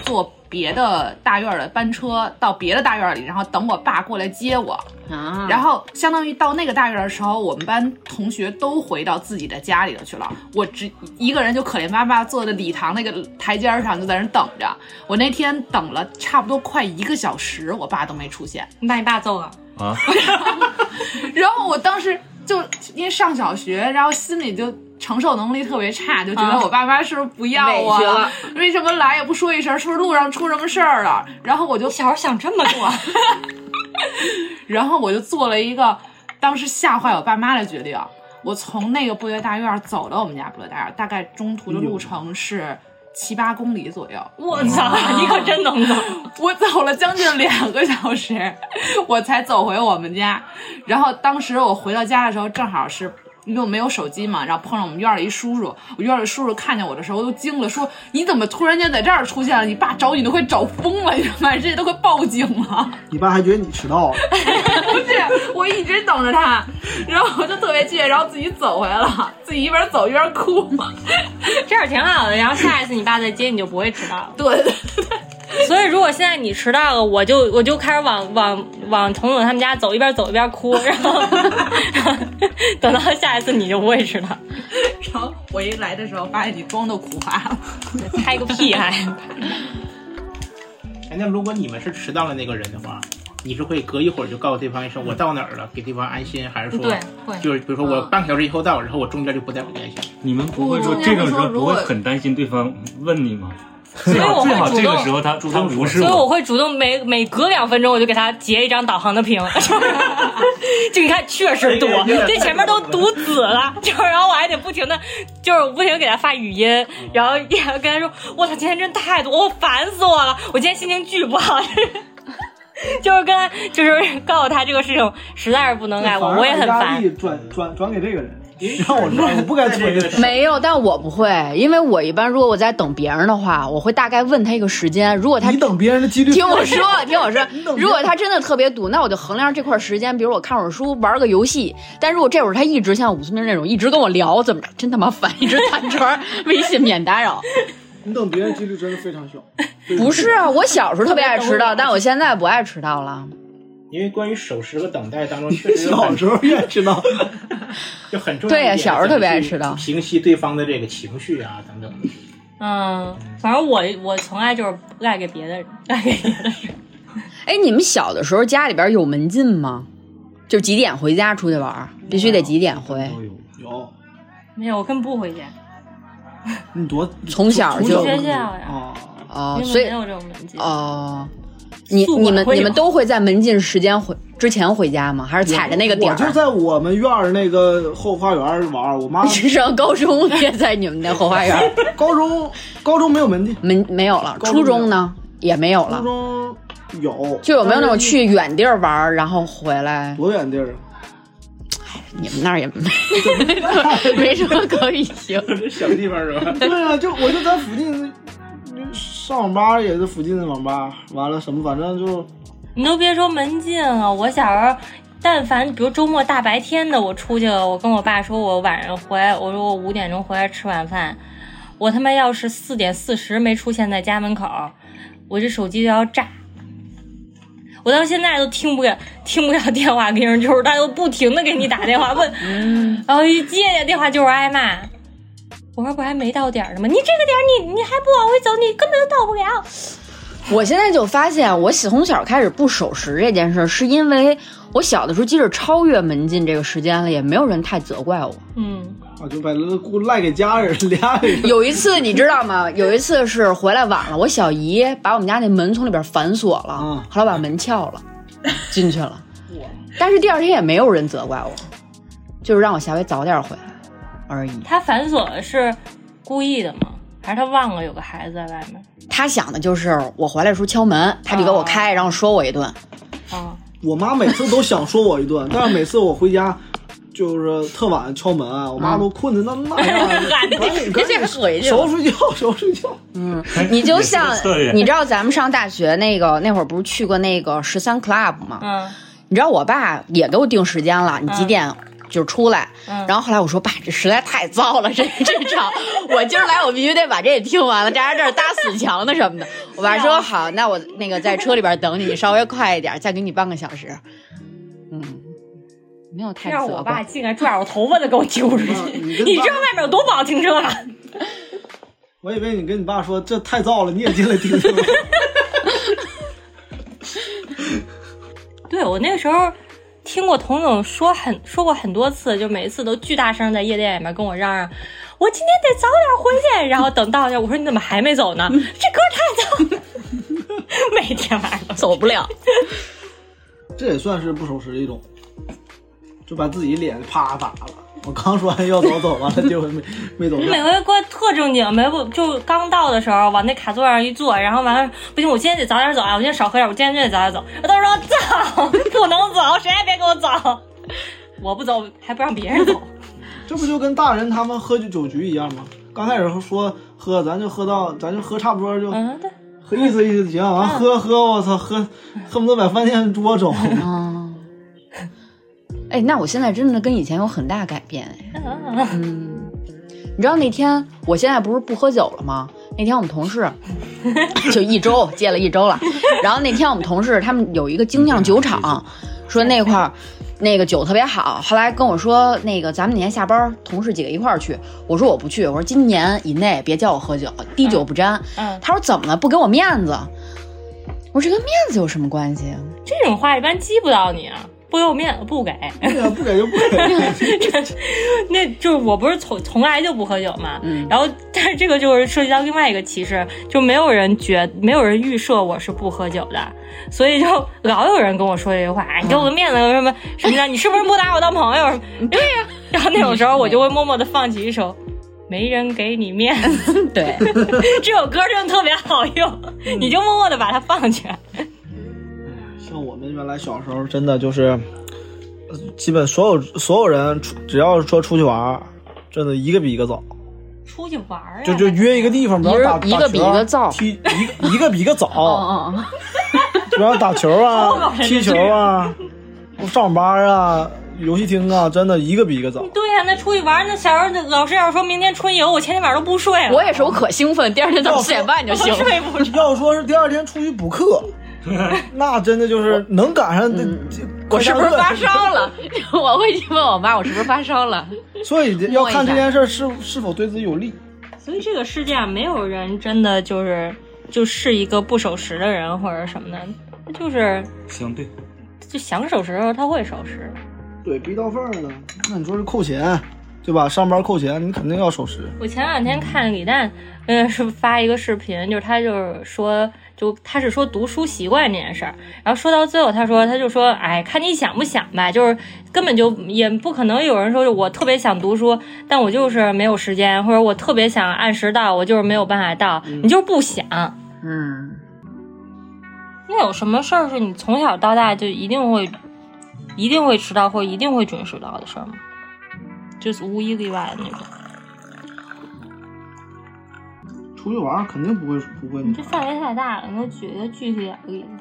别的大院的班车到别的大院里，然后等我爸过来接我啊。 然后相当于到那个大院的时候，我们班同学都回到自己的家里头去了，我只一个人就可怜巴巴坐在礼堂那个台阶上，就在那等着。我那天等了差不多快1个小时，我爸都没出现。 你把你爸揍了啊？ 然后我当时就因为上小学，然后心里就承受能力特别差，就觉得我爸妈是不是不要我了？为什么来也不说一声？是不是路上出什么事儿了？然后我就小时候想这么多， 然后我就做了一个当时吓坏我爸妈的决定。我从那个部队大院走到我们家部队大院，大概中途的路程是7、8公里左右。 我操，你可真能走！ 我走了将近2个小时，我才走回我们家。然后当时我回到家的时候，正好是因为我没有手机嘛，然后碰上我们院里一叔叔，我院里叔叔看见我的时候都惊了，说你怎么突然间在这儿出现了？你爸找你都快找疯了，你满世界都快报警了。 你爸还觉得你迟到了？ 不是，我一直等着他，然后我就特别气，然后自己走回来了，自己一边走一边哭。 这样挺好的，然后下一次你爸再接你就不会迟到了。 对对对。 所以如果现在你迟到了，我就开始往童总他们家走，一边走一边哭，然后等到下一次你就不会迟到。 然后我一来的时候发现你妆都哭花了， 拍个屁还！ 那如果你们是迟到了那个人的话，你是会隔一会儿就告诉对方一声我到哪儿了，给对方安心，还是说对会就是比如说我半个小时以后到，然后我中间就不再联系？ 你们不会说这个时候不会很担心对方问你吗？ 所以我会最好主动， 这个时候他无视我， 所以我会主动每隔2分钟我就给他截一张导航的屏，就你看确实多，这前面都读紫了，就是然后我还得不停的给他发语音，然后跟他说我操今天真太多，我烦死我了，我今天心情巨不好。就是跟他就是告诉他这个事情实在是不能改，我也很烦。 转给这个人。让我说，我不该催这个。 没有，但我不会，因为我一般如果我在等别人的话，我会大概问他一个时间。如果他你等别人的几率， 听我说，如果他真的特别堵，那我就衡量这块时间，比如我看会儿书，玩个游戏。但如果这会儿他一直像武思明那种，一直跟我聊，怎么着，真他妈烦，一直弹窗，微信免打扰。 你等别人几率真的非常小。 不是啊，我小时候特别爱迟到，但我现在不爱迟到了。 因为关于守时和等待当中，确实小时候也爱迟到， 就很重要。 对呀，小时候特别爱迟到， 平息对方的这个情绪啊等等。 反正我从来就是不爱给别的人，爱给别的人。 哎，你们小的时候家里边有门禁吗？就几点回家出去玩，必须得几点回？ 有。 没有，我根本不回家。 你多从小就学校呀？ 哦，所以没有这种门禁哦。你们都会在门禁时间之前回家吗？还是踩着那个点儿？ 我就在我们院儿那个后花园玩。我妈上高中也在你们那后花园。 高中没有门禁， 没有了。初中呢也没有了。 初中有， 就有没有那种去远地儿玩，然后回来？ 多远地儿？ 你们那儿也没什么可以行， 小地方是吧？ 对啊，我就在附近。上网吧也是附近的网吧，完了什么反正就， 你都别说门禁了，我小时候，但凡比如周末大白天的我出去了，我跟我爸说我晚上回来，我说我5点钟回来吃晚饭，我他妈要是4点40没出现在家门口，我这手机就要炸。我到现在都听不了电话铃，就是他都不停的给你打电话问，然后一接电话就是挨骂。我说不还没到点儿呢吗？你这个点儿你还不往回走，你根本就到不了。 我现在就发现，我从小开始不守时这件事，是因为我小的时候即使超越门禁这个时间了，也没有人太责怪我。 就把赖给家人俩人。 有一次你知道吗？有一次是回来晚了，我小姨把我们家那门从里边反锁了，后来把门撬了，进去了。但是第二天也没有人责怪我，就是让我下回早点回来而已。 他反锁是故意的吗？还是他忘了有个孩子在外面？ 他想的就是我回来的时候敲门，他就给我开，然后说我一顿。 我妈每次都想说我一顿，但是每次我回家就是特晚敲门，我妈都困得那样， 赶紧回去， 熟睡觉。 你就像你知道咱们上大学那会儿不是去过那个13 Club 吗？你知道我爸也给我定时间了，你几点就是出来，然后后来我说爸，这实在太糟了，这场我今儿来我必须得把这听完了，这还这搭死墙的什么的。我爸说好，那我那个在车里边等你，你稍微快一点，再给你半个小时。没有太让我爸进来拽我头发都给我揪出去，你知道外面有多不好停车吗？ 我以为你跟你爸说这太燥了，你也进来停车。 对，我那个时候听过童总说过很多次，就每一次都巨大声在夜店里面跟我嚷嚷，我今天得早点回去。然后等到那，我说你怎么还没走呢？这歌太早了，每天晚上走不了。 这也算是不守时的一种，就把自己脸啪打了。我刚说完要走，完了结果没走。 每回给我特正经，就刚到的时候往那卡座上一坐，然后完了不行，我今天得早点走啊！我今天少喝点，我今天就得早点走。我都说走，不能走，谁也别给我走。我不走，还不让别人走。 这不就跟大人他们喝酒局一样吗？刚开始说喝，咱就喝差不多就， 对， 喝意思行，完喝，我操，恨不得把饭店桌走。 哎，那我现在真的跟以前有很大改变哎。你知道那天我现在不是不喝酒了吗？那天我们同事就戒了一周了。然后那天我们同事他们有一个精酿酒厂，说那块儿那个酒特别好。后来跟我说那个咱们那天下班同事几个一块儿去，我说我不去，我说今年以内别叫我喝酒，滴酒不沾。他说怎么了？不给我面子？我说这跟面子有什么关系啊？ 这种话一般激不到你啊。不给我面子，不给， 不给就不给。 那就是我不是从来就不喝酒嘛，然后但是这个就是涉及到另外一个歧视，就没有人预设我是不喝酒的，所以就老有人跟我说这句话，你给我个面子什么的，你是不是不拿我当朋友？对呀，然后那种时候我就会默默的放起一首没人给你面子。 对， 这首歌真的特别好用，你就默默的把它放起来。 像我们原来小时候真的就是，基本所有人只要说出去玩，真的一个比一个早。 出去玩啊？ 就约一个地方，比如一个比一个早， 一个比一个早。比如打球啊，踢球啊，上班啊，游戏厅啊，真的一个比一个早。 对呀，那出去玩，那小时候老师要说明天春游，我前天晚上都不睡了。 我也是，我可兴奋，第二天早上4点半就醒了。 睡不着。 要说是第二天出去补课。那真的就是能赶上我是不是发烧了？我会去问我妈，我是不是发烧了？ 所以要看这件事是否对自己有利。 所以这个世界上没有人真的就是一个不守时的人或者什么的，就是相对， 就想守时的时候他会守时。 对，逼到份儿了。那你说是扣钱，对吧？上班扣钱，你肯定要守时。 我前两天看李诞，是发一个视频，就是他就是说。他是说读书习惯这件事儿，然后说到最后，他就说，哎，看你想不想吧，就是根本就也不可能有人说我特别想读书，但我就是没有时间，或者我特别想按时到，我就是没有办法到，你就是不想。那有什么事儿是你从小到大就一定会迟到或一定会准时到的事儿吗？就是无一例外的那种。 出去玩肯定不会。 你这范围太大了，你给我举一个具体点的例子。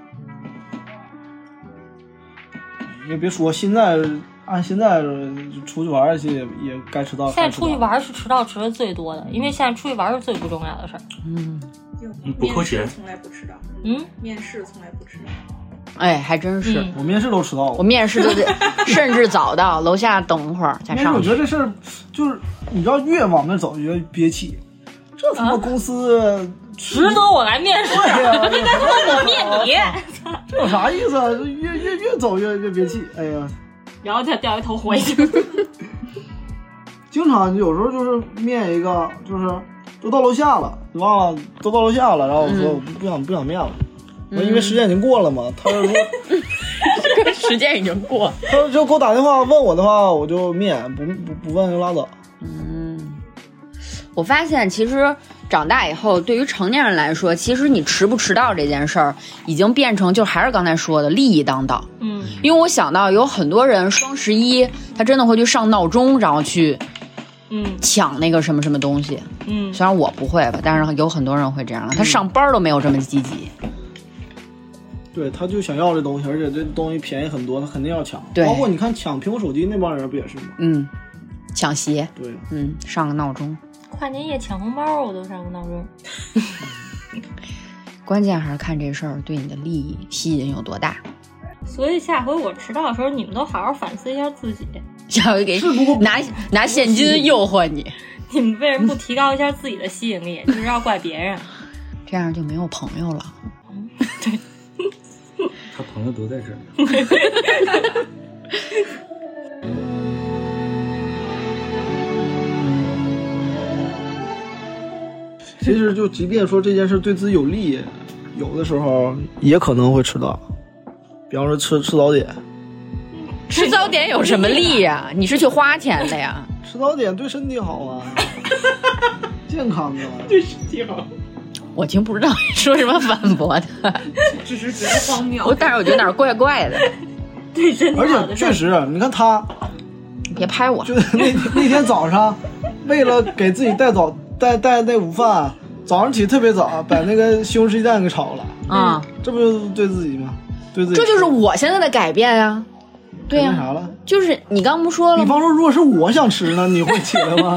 也别说，按现在出去玩去也该迟到。 现在出去玩是迟到迟的最多的，因为现在出去玩是最不重要的事儿。 不扣钱， 从来不迟到。面试从来不迟到。 哎，还真是， 我面试都迟到了。 我面试都得甚至早到楼下等一会儿再上去。 我觉得这事儿就是，你知道越往那走越憋气。这他妈公司值得我来面试？对呀，应该他妈我面你。 这有啥意思啊？越走越憋气。哎呀， 然后再掉一头回去。 经常有时候就是面一个，就是都到楼下了，你忘了都到楼下了，然后我说我不想面了，因为时间已经过了嘛。他就说时间已经过， 他就给我打电话问我的话，我就面，不问就拉倒。 我发现其实长大以后，对于成年人来说，其实你迟不迟到这件事儿，已经变成就还是刚才说的利益当道。因为我想到有很多人双11，他真的会去上闹钟，然后去抢那个什么什么东西。虽然我不会吧，但是有很多人会这样，他上班都没有这么积极。 对，他就想要这东西，而且这东西便宜很多，他肯定要抢。 对， 包括你看抢苹果手机那帮人不也是吗？ 抢鞋。 对， 上个闹钟。 跨年夜抢红包，我都上个闹钟。 关键还是看这事儿对你的利益吸引有多大。 所以下回我迟到的时候，你们都好好反思一下自己。 下回给拿现金诱惑你。 你们为什么不提高一下自己的吸引力？就是要怪别人， 这样就没有朋友了。 对， 他朋友都在这儿。 其实就即便说这件事对自己有利，有的时候也可能会迟到。比方说吃早点， 吃早点有什么利呀？你是去花钱的呀？ 吃早点对身体好啊，健康啊， 对身体好。 我听不知道你说什么反驳的， 只是觉得荒谬。 但是我觉得哪儿怪怪的。 对身体好的事儿。 而且确实，你看他， 别拍我。 就那天早上，为了给自己带那午饭，早上起特别早，把那个西红柿鸡蛋给炒了。这不就对自己吗？对自己。 这就是我现在的改变啊。对呀、 啥了？ 就是你刚不说了吗？ 比方说，如果是我想吃呢，你会起来吗？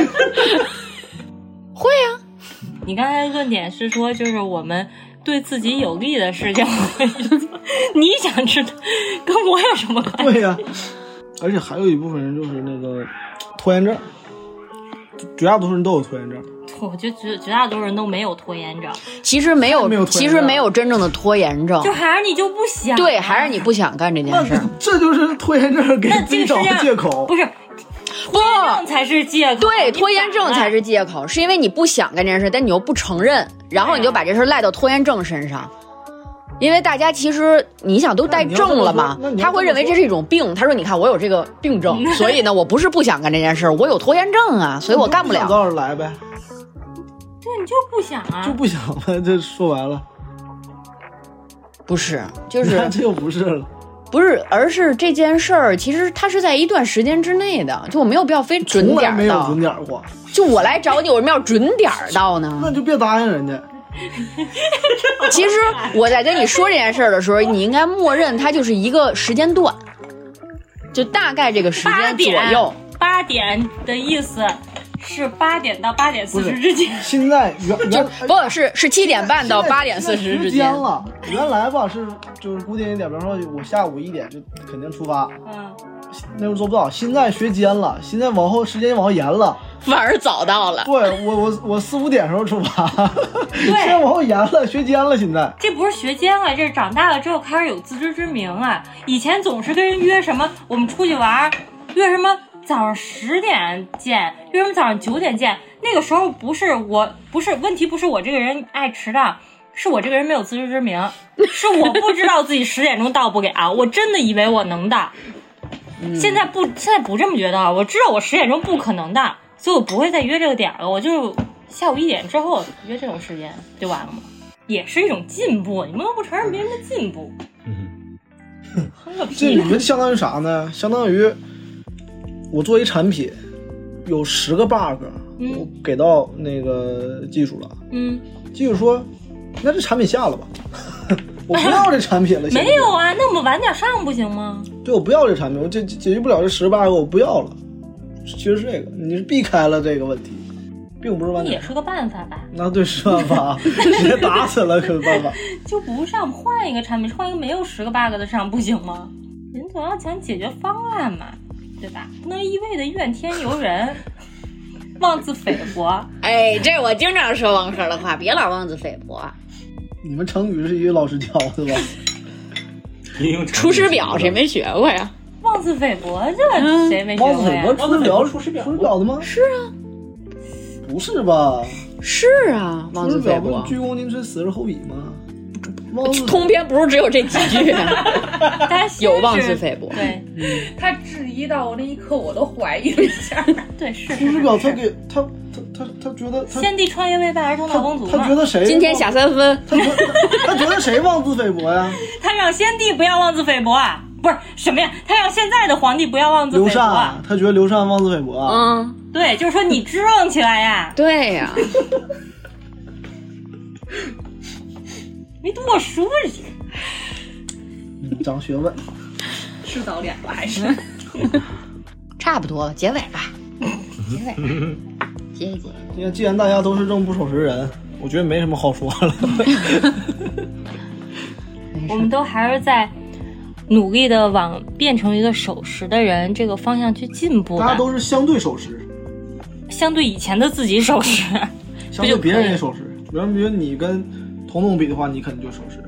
会啊。 你刚才的论点是说，就是我们对自己有利的事情会做，你想吃的跟我有什么关系？ 对呀、而且还有一部分人就是那个拖延症，绝大多数人都有拖延症。 我觉得绝大多数人都没有拖延症， 其实没有真正的拖延症， 就还是你就不想、 对，还是你不想干这件事。 这就是拖延症给自己找的借口。 不是。拖延症才是借口， 对，拖延症才是借口，是因为你不想干这件事，但你又不承认，然后你就把这事赖到拖延症身上。因为大家其实你想都带症了嘛，他会认为这是一种病。他说：“你看我有这个病症，所以呢，我不是不想干这件事，我有拖延症啊，所以我干不了。” 早点来呗。 对，你就不想啊， 就不想呗。这说白了， 不是，就是这又不是了。 不是，而是这件事儿，其实它是在一段时间之内的，就我没有必要非准点到。 没有准点过。 就我来找你，我为什么要准点到呢？ 那就别答应人家。 其实我在跟你说这件事儿的时候，你应该默认它就是一个时间段，就大概这个时间左右。 8点的意思是8点到8点40之间。 现在就不是7点半到8点40之间了。原来吧就是固定一点，比方说我下午1点就肯定出发，那时候做不到。现在学尖了，现在往后时间往后延了， 反而早到了。 对，我4、5点时候出发，现在往后延了，学尖了。现在这不是学尖了，这是长大了之后开始有自知之明啊。以前总是跟人约什么，我们出去玩，约什么早上10点见，约什么早上9点见。那个时候不是问题，不是我这个人爱迟到。是我这个人没有自知之明，是我不知道自己10点钟到不了，我真的以为我能到。现在不这么觉得，我知道我10点钟不可能到，所以我不会再约这个点了，我就下午1点之后约这种时间就完了嘛，也是一种进步，你不能不承认别人的进步。 这你们相当于啥呢？相当于我做一产品有10个 bug，我给到那个技术了，技术说那这产品下了吧。我不要这产品了。 没有啊，那我们晚点上不行吗？ 对，我不要这产品，我解决不了这10 bug，我不要了。其实是这个，你是避开了这个问题，并不是晚点。 也是个办法吧？ 那对，是办法，直接打死了可是办法。 就不上，换一个产品，换一个没有10个 bug 的上不行吗？人总要讲解决方案嘛，对吧？不能一味的怨天尤人。妄自菲薄。 哎，这我经常说王哥的话，别老妄自菲薄。 你们成语是一个老师教的吧？ 出师表谁没学过呀？ 妄自菲薄，这谁没学过呀？ 出师表的吗？ 是啊。 不是吧？ 是啊，妄自菲薄。 鞠躬尽瘁，死而后已吗？ 通篇不是只有这几句啊，有妄自菲薄。 对， 他质疑到我那一刻，我都怀疑了一下。 对，是。 出师表他给他觉得先帝穿越未败儿童老公主， 他觉得谁？ 今天下3分。 他觉得谁妄自菲薄呀？ 他让先帝不要妄自菲薄啊！不是什么呀？他让现在的皇帝不要妄自菲薄。 刘禅，他觉得刘禅妄自菲薄啊。 对，就是说你支棱起来呀。 对呀。 没读过书长学问。 吃早点吧，还是差不多了，结尾吧，结尾吧，结一结。 既然大家都是这么不守时人，我觉得没什么好说了。 我们都还是在努力的往变成一个守时的人这个方向去进步的。 大家都是相对守时， 相对以前的自己守时， 相对别人也守时。比如你跟彤彤比的话，你肯定就守时。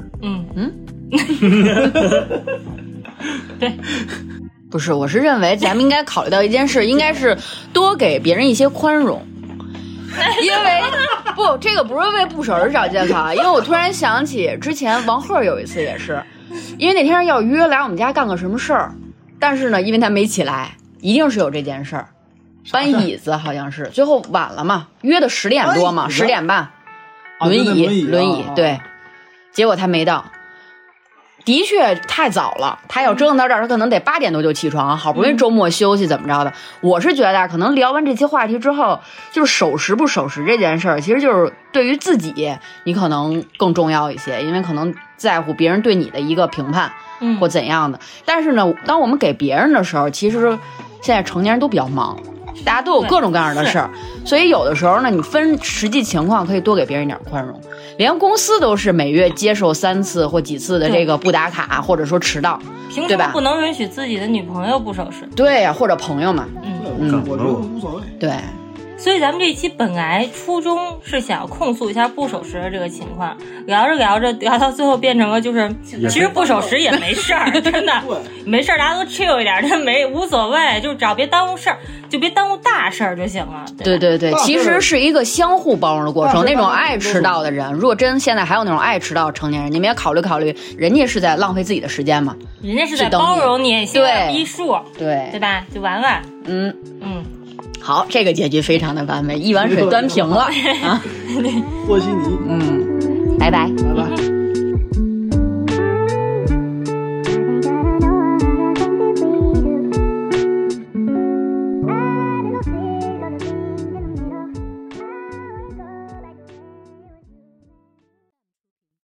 对， 不是，我是认为咱们应该考虑到一件事，应该是多给别人一些宽容。因为不，这个不是为不守时找借口啊，因为我突然想起之前王鹤有一次也是，因为那天要约来我们家干个什么事儿，但是呢，因为他没起来，一定是有这件事儿。搬椅子好像是，最后晚了嘛，约的10点多嘛，10点半，轮椅，对，结果他没到。的确太早了，他要折腾到这儿，他可能得8点多就起床，好不容易周末休息怎么着的。我是觉得可能聊完这期话题之后，就是守时不守时这件事儿，其实就是对于自己你可能更重要一些，因为可能在乎别人对你的一个评判或怎样的。但是呢，当我们给别人的时候，其实现在成年人都比较忙，大家都有各种各样的事儿，所以有的时候呢，你分实际情况可以多给别人一点宽容。连公司都是每月接受3次或几次的这个不打卡，或者说迟到， 凭什么不能允许自己的女朋友不守时？ 对呀，或者朋友们， 我觉得无所谓。 对。 所以咱们这一期本来初衷是想要控诉一下不守时的这个情况，聊着聊着聊到最后变成了就是其实不守时也没事儿，真的没事儿，大家都 chill 一点，这无所谓，就只要别耽误事儿，就别耽误大事儿就行了。 对，其实是一个相互包容的过程。那种爱迟到的人，如果真现在还有那种爱迟到的成年人，你们也考虑考虑，人家是在浪费自己的时间嘛， 人家是在包容你，心里逼数，对吧？就完了。 好，这个结局非常的完美，一碗水端平了啊！ 和稀泥。 拜拜。